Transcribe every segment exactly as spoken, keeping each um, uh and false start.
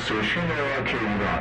استیشن راک ایران.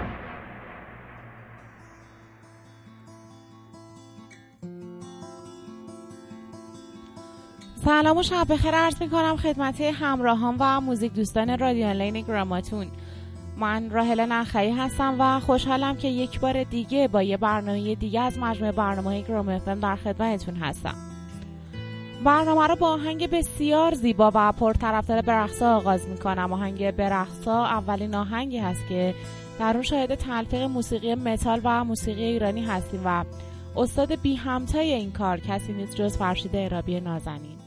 سلام و شب بخیر عرض می‌کنم خدمت همراهان و موزیک دوستان رادیو آنلاین گراماتون. من راحله نخعی هستم و خوشحالم که یک بار دیگه با یه برنامه دیگه از مجموعه برنامه‌های گرام اف ام در خدمتتون هستم. برنامه رو با آهنگ بسیار زیبا و پرطرفدار برقصا آغاز می‌کنم. آهنگ برقصا اولین آهنگی هست که در اون شاهد تلفیق موسیقی متال و موسیقی ایرانی هستیم و استاد بی همتای این کار کسی نیست جز فرشید عرابی نازنین.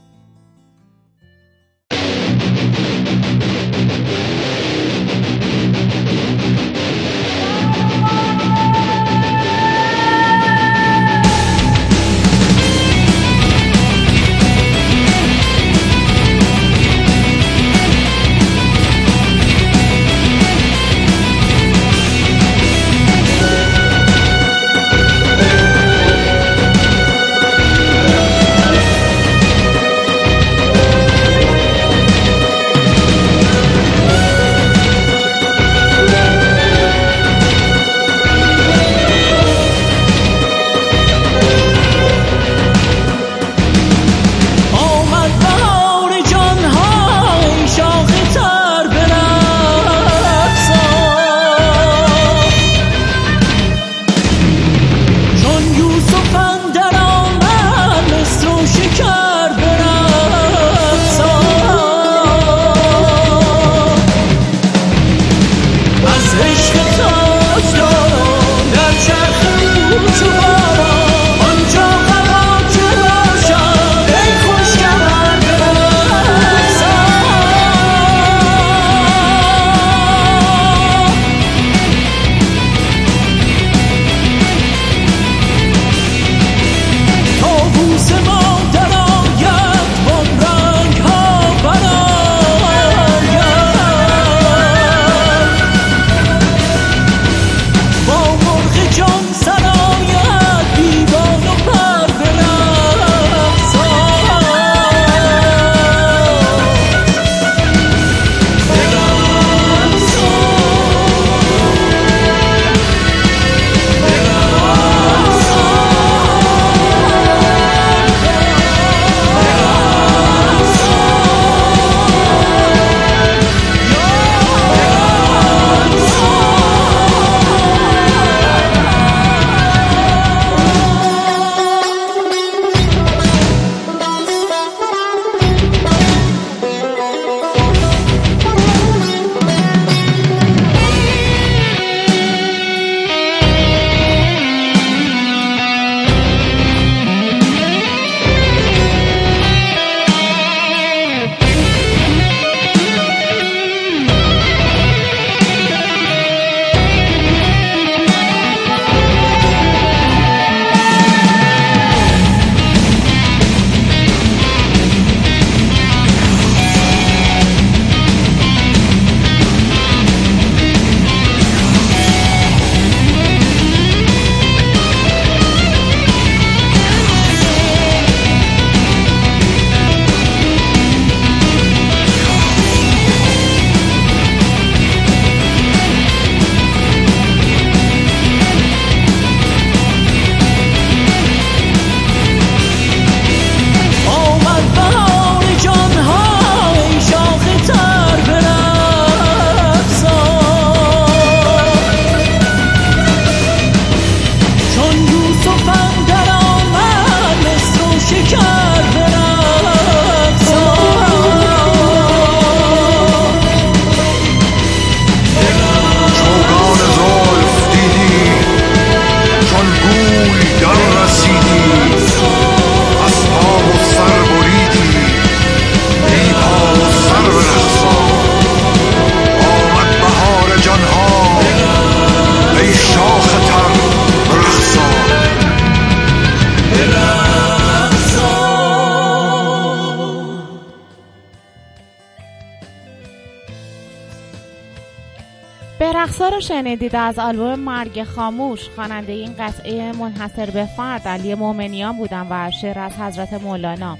برقصا رو شنیدید از آلبوم مرگ خاموش. خواننده این قطعه منحصر به فرد علی مومنیان بودن و شعر از حضرت مولانا.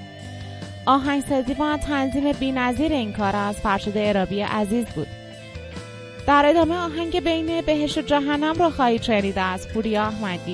آهنگسازی و تنظیم بی‌نظیر این کار از فرشید عرابی عزیز بود. در ادامه آهنگ بین بهشت و جهنم رو خواهید شنید از پوریا احمدی.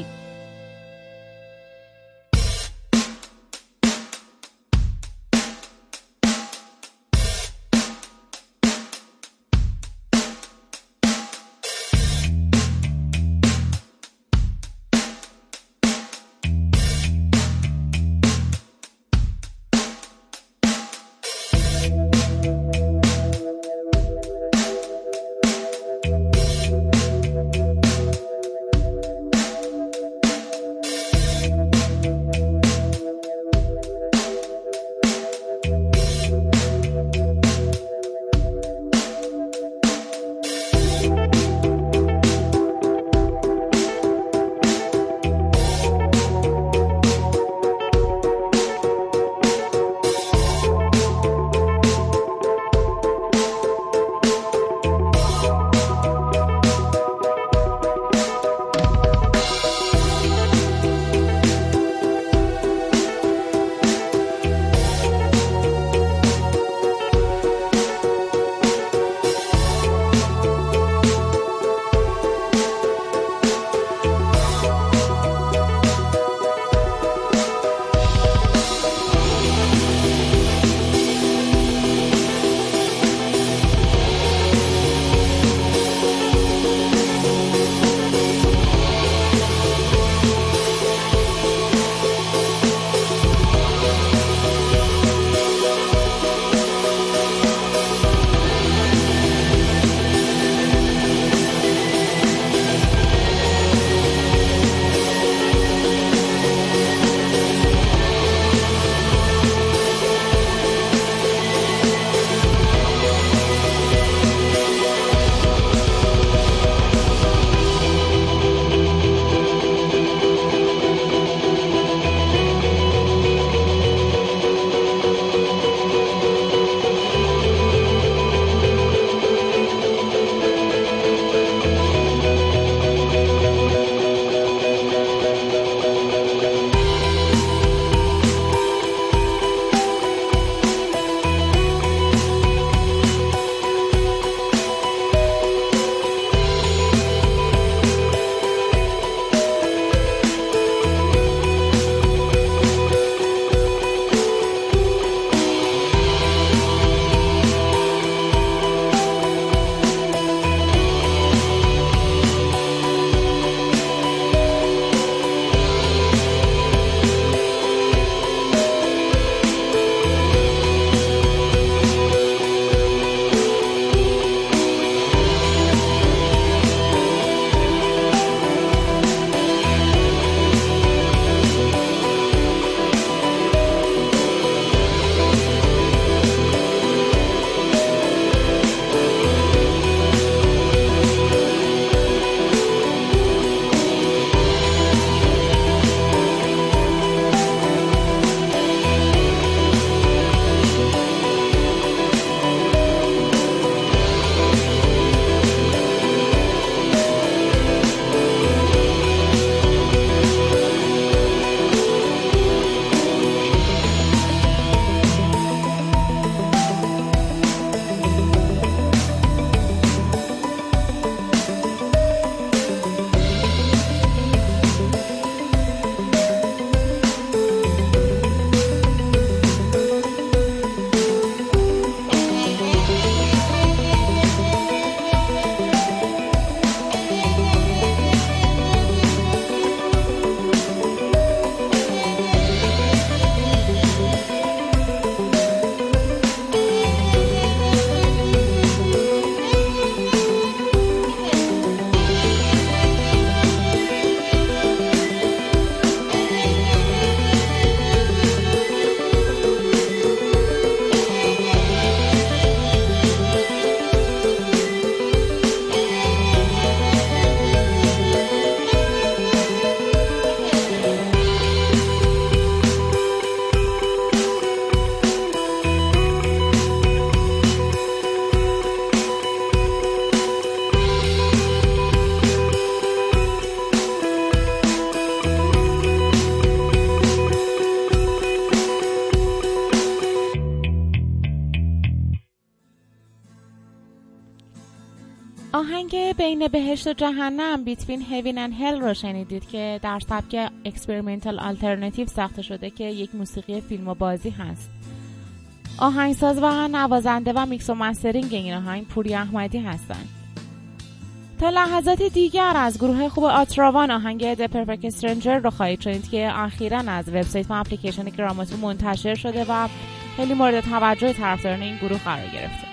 آهنگ بین بهشت و جهنم Between Heaven and Hell رو شنیدید که در سبک اکسپریمنتال آلترناتیو ساخته شده که یک موسیقی فیلم و بازی هست. آهنگساز و نوازنده و میکس و مسترینگ این آهنگ پوری احمدی هستند. تا لحظات دیگر از گروه خوب آتراوان آهنگ The Perfect Stranger رو خواهید شنید که اخیراً از وبسایت و اپلیکیشن گراماتون منتشر شده و خیلی مورد توجه طرفداران این گروه قرار گرفته.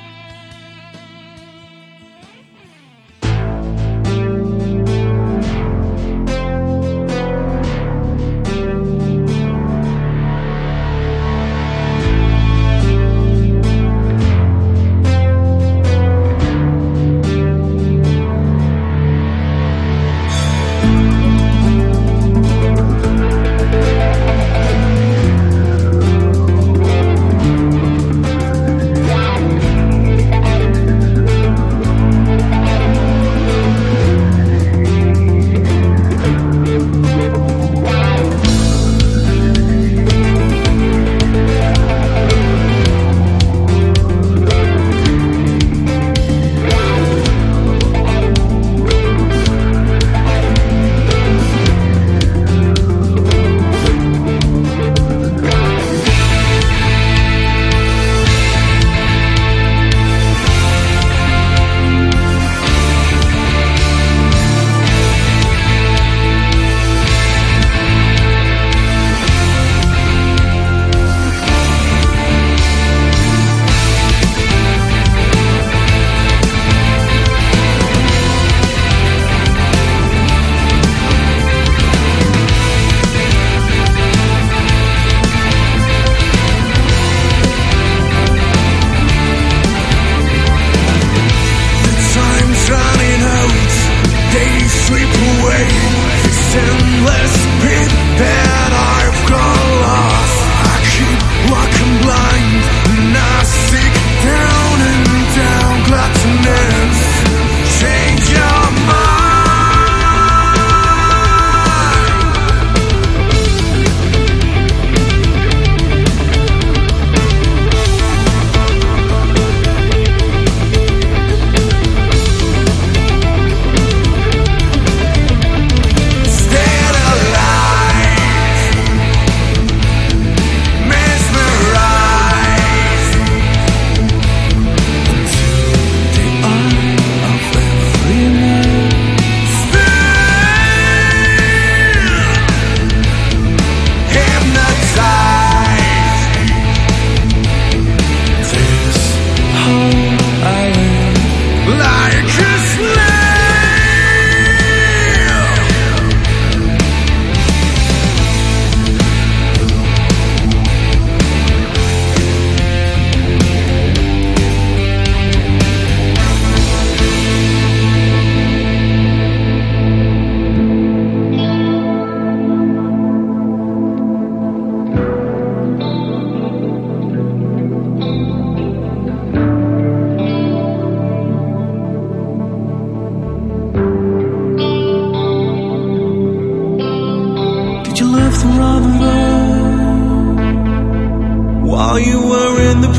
While you were in the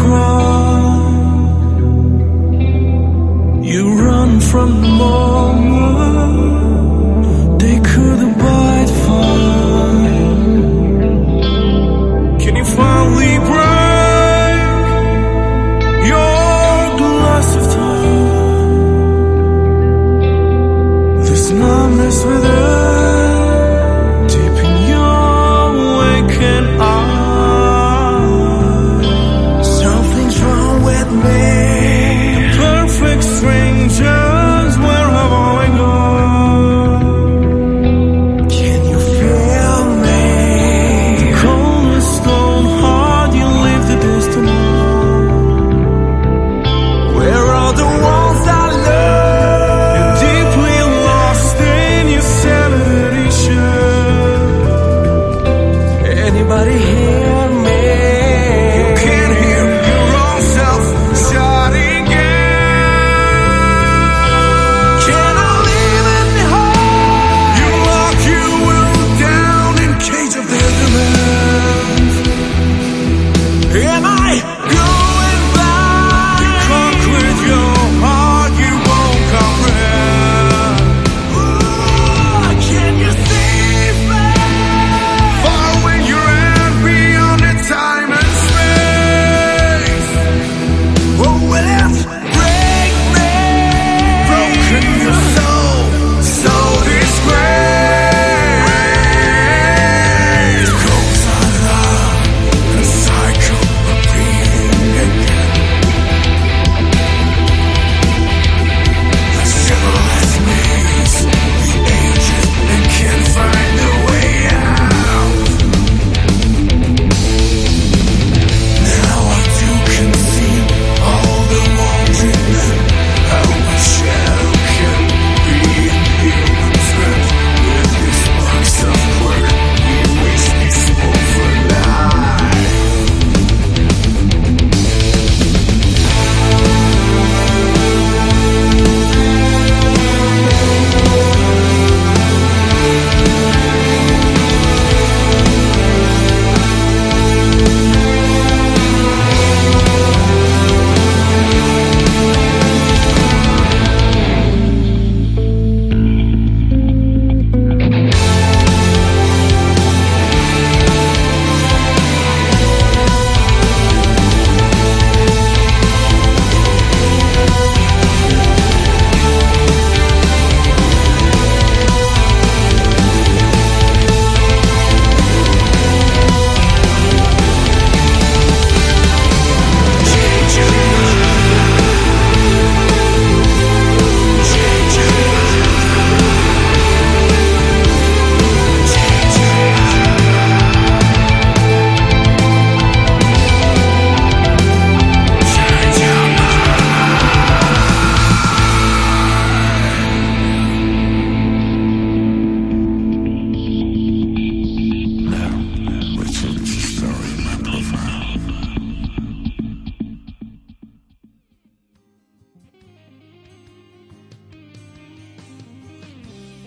prom, you run from the moment they could abide fine. Can you finally break your glass of time? This numbness within deep in your waking eyes. Perfect strangers, where have I gone?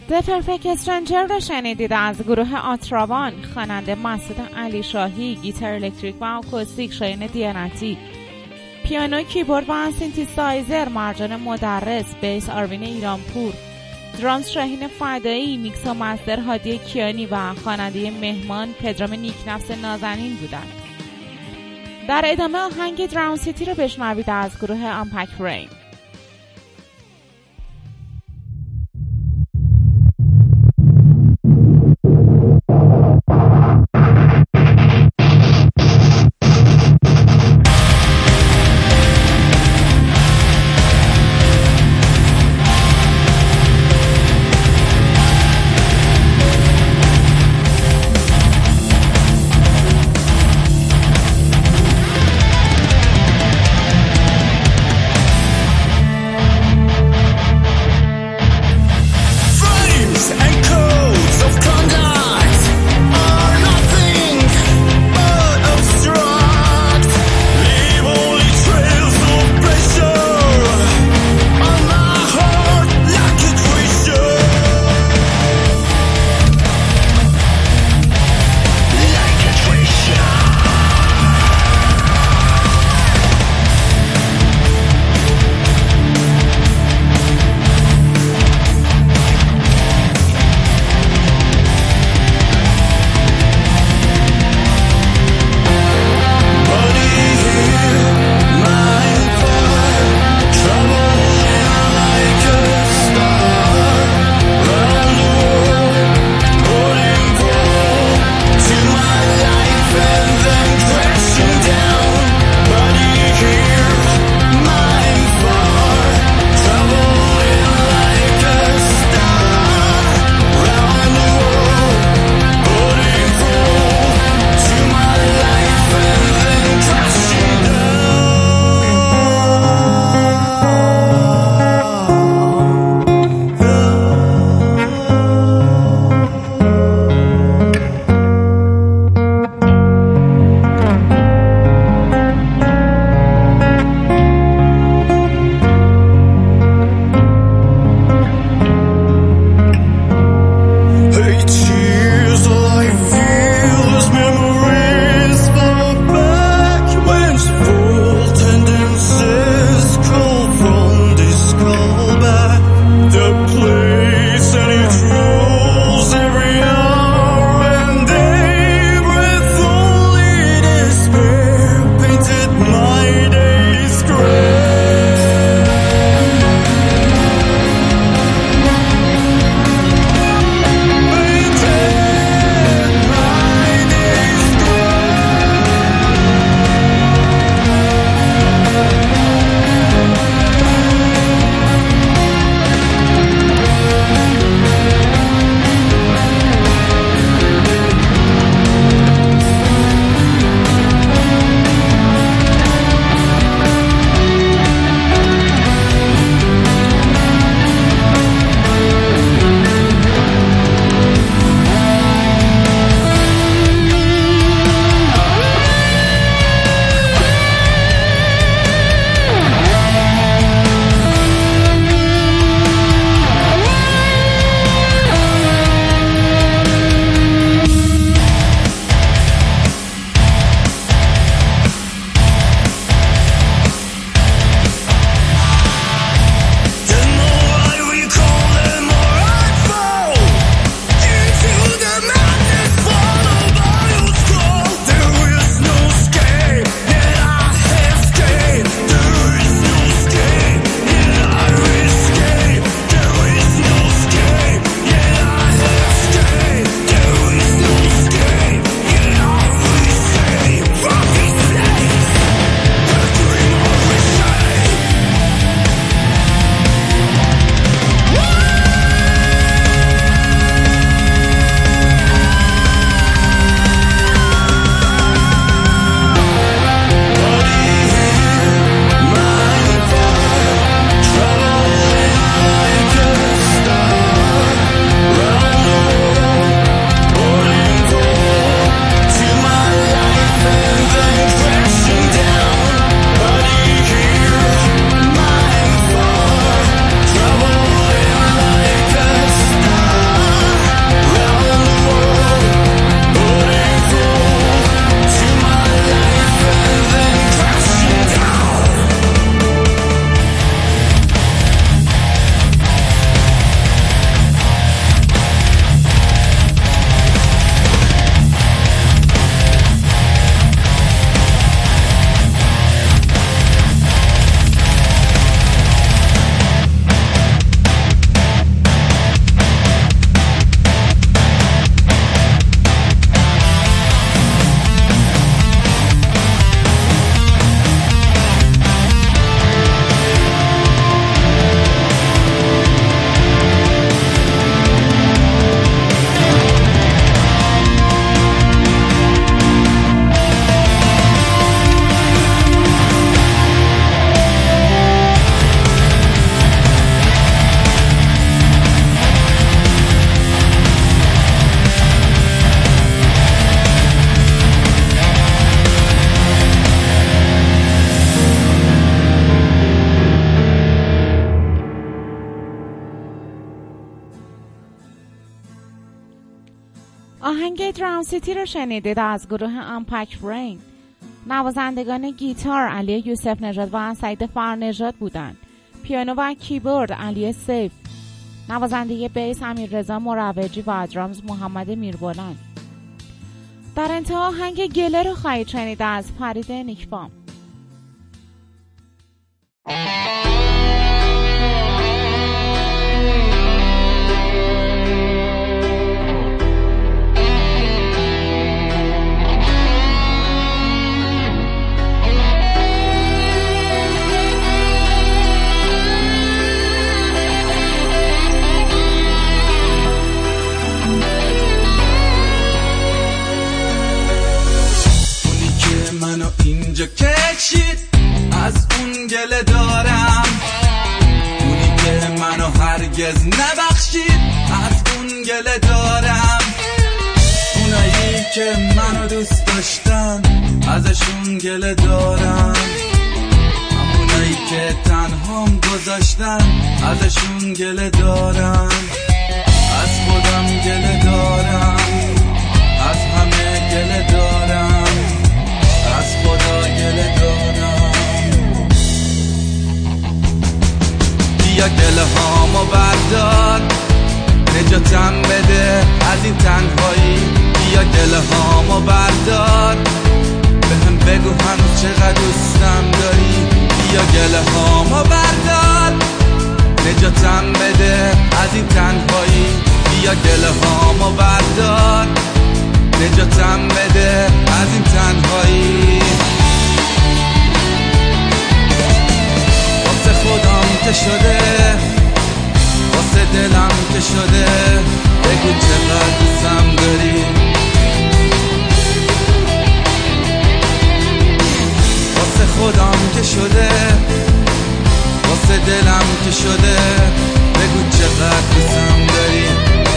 The Perfect Stranger را شنیدید از گروه آتراوان. خواننده مسعود علی شاهی، گیتار الکتریک و آکوستیک شایان دیانتی، پیانو، کیبورد و سینتیسایزر مرجان مدرس، بیس آروین ایرانپور، درامز شاهین فدایی، میکس و مستر هادی کیانی و خواننده مهمان پدرام نیکنفس نازنین بودند. در ادامه آهنگ دراون سیتی رو بشنوید از گروه آمپک رین. آهنگ درام سیتی رو شنیدید از گروه امپک برین. نوازندگان گیتار علی یوسف نژاد و سعید فرنژاد بودند. پیانو و کیبورد علی سیف. نوازنده بیس امیررضا مروجی و درامز محمد میربلند. در انتها آهنگ گله رو خواهید شنید از فرید نیکبام. اینجا کشید از اون گله دارم، اونی که منو هرگز نبخشید از اون گله دارم، اونایی که منو دوست داشتن ازشون گله دارم، همونایی که تنهام گذاشتن ازشون گله دارم، از خودم گله دارم، از همه گله دارم، از خدا گله دارم. بیا گله هامو بردار، نجاتم بده از این تنهایی. بیا گله هامو بردار، بهم بگو هنوز چقدر دوستم داری. بیا گله هامو بردار، نجاتم بده از این تنهایی. بیا گله هامو بردار، نجاتم بده از این تنهایی. واسه خودم که شده، واسه دلم که شده، بگو چقدر دوستم داری. واسه خودم که شده، واسه دلم که شده، بگو چقدر دوستم داری.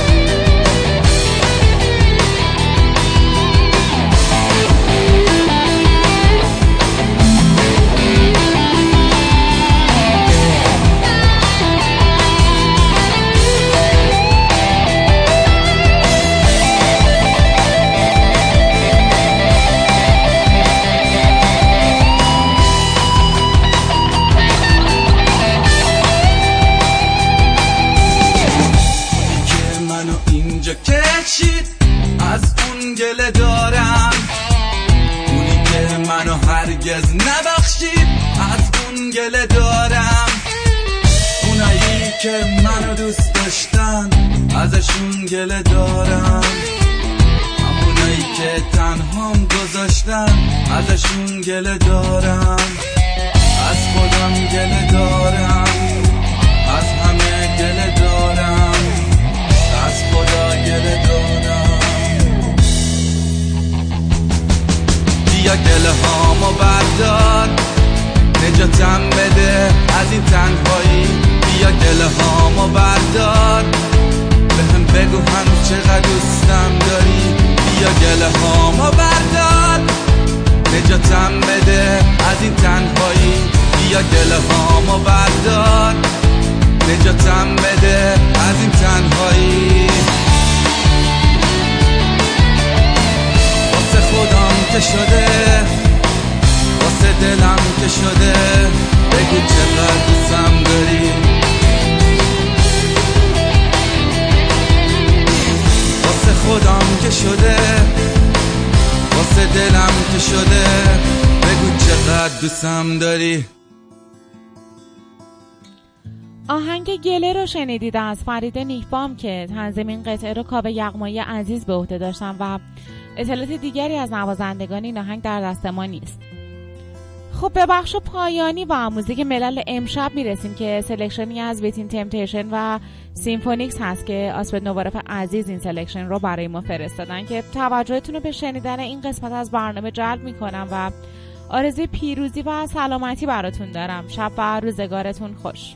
کشید از اون گله دارم، اونی که منو هرگز نبخشید از اون گله دارم، اونایی که منو دوست داشتن ازشون گله دارم، همونایی که تنهام گذاشتن ازشون گله دارم، از خودم گله دارم، از همه گله دارم، از خدا گله دارم. بیا گله هامو بردار، نجاتم بده از این تنهایی. بیا گله هامو بردار، بهم بگو هنوز چقدر دوستم داری. بیا گله هامو بردار، نجاتم بده از این تنهایی. بیا گله هامو بردار، نجاتم بده از این تنهایی. واسه خودم که شده، واسه دلم که شده، بگو چقدر دوستم داری. واسه خودم که شده، واسه دلم که شده، بگو چقدر دوستم داری. آهنگ گله رو شنیدید از فرید نیکبام که تنظیم این قطعه رو کاوه یغمایی عزیز به عهده داشتن و اطلاعات دیگری از نوازندگان این آهنگ در دست ما نیست. خب به بخش پایانی و موزیک ملل امشب میرسیم که سلکشنی از ویتین تمپتیشن و سیمفونیکس هست که آسپد نوارف عزیز این سلکشن رو برای ما فرستادن که توجهتون رو به شنیدن این قسمت از برنامه جلب میکنم و آرزوی پیروزی و سلامتی براتون دارم. شب و روزگارتون خوش.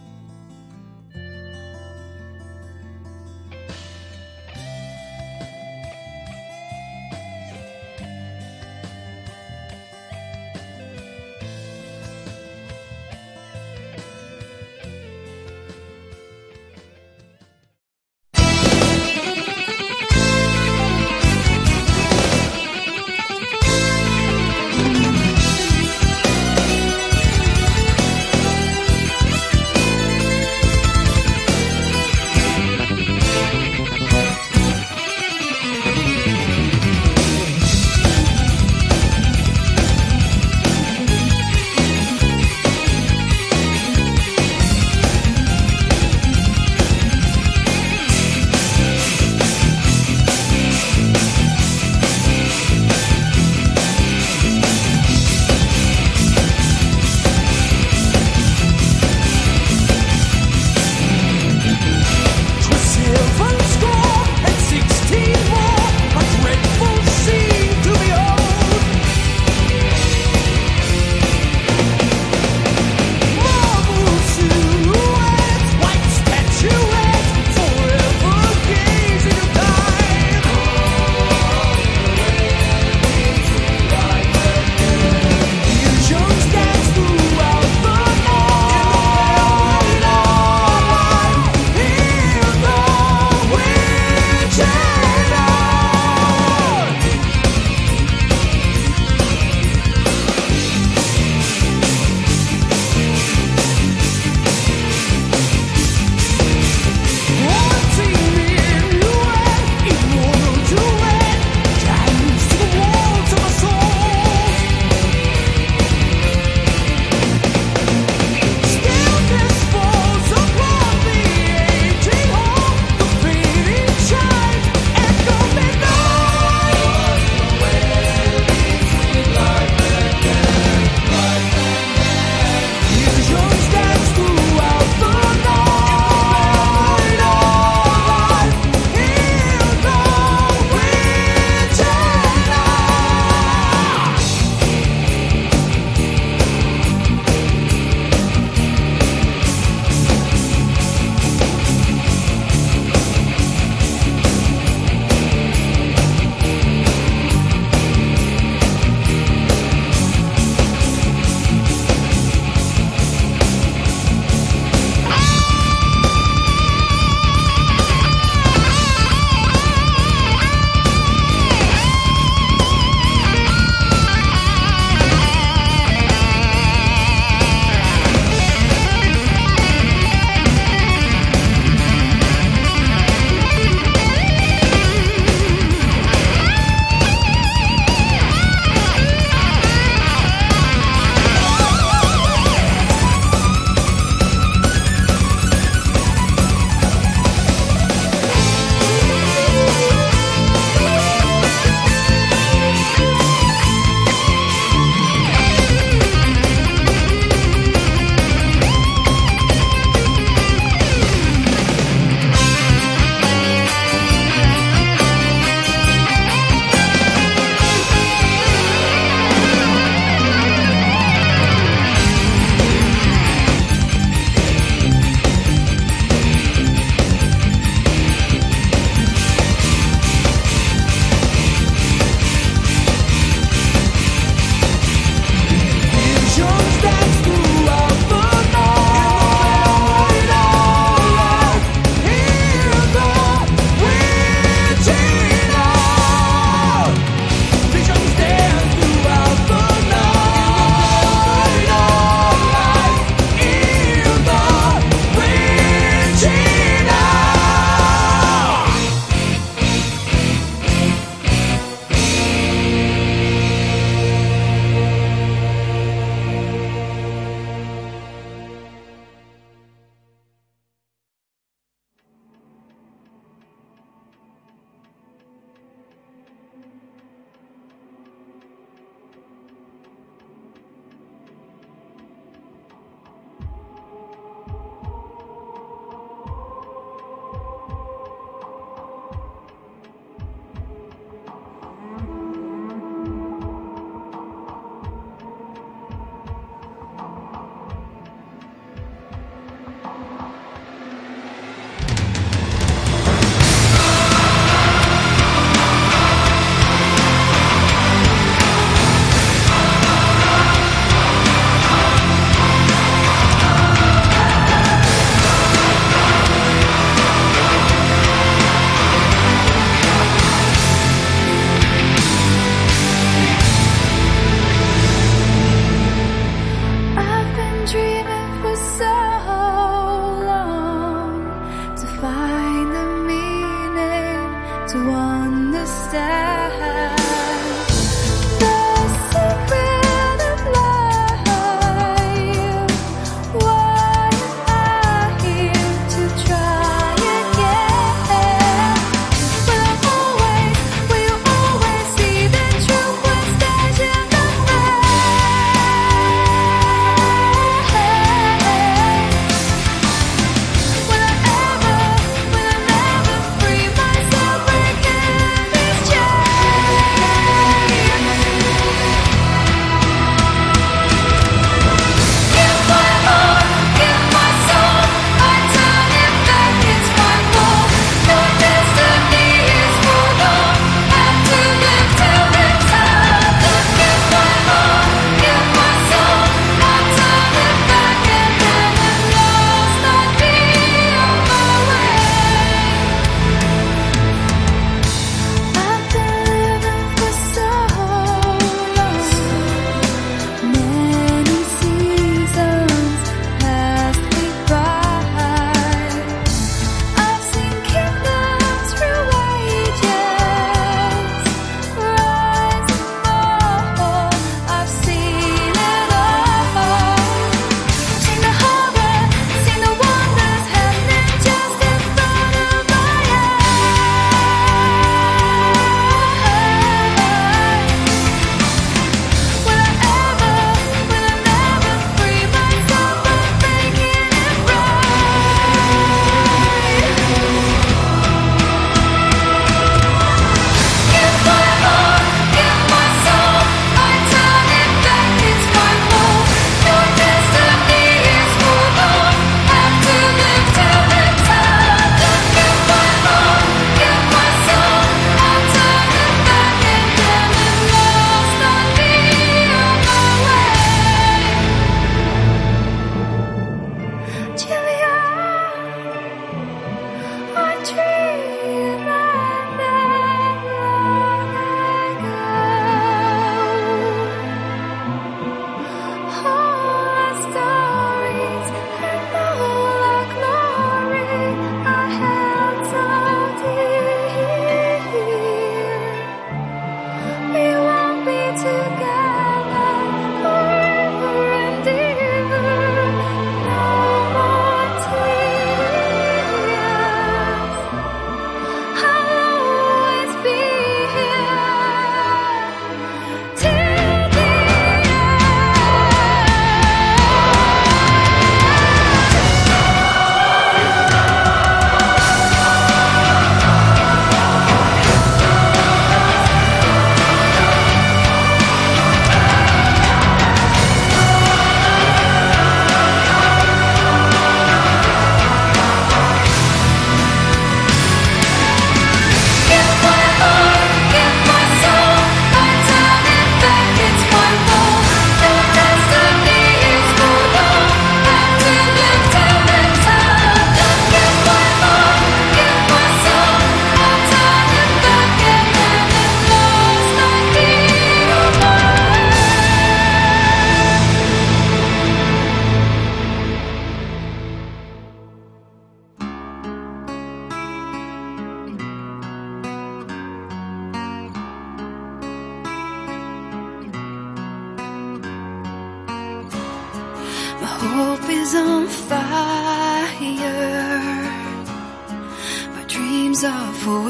My hope is on fire, my dreams are for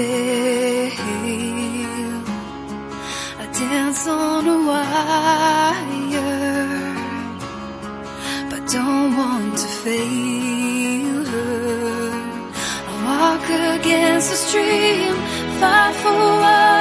sale. I dance on a wire, but don't want to fail her. I walk against the stream, fight for what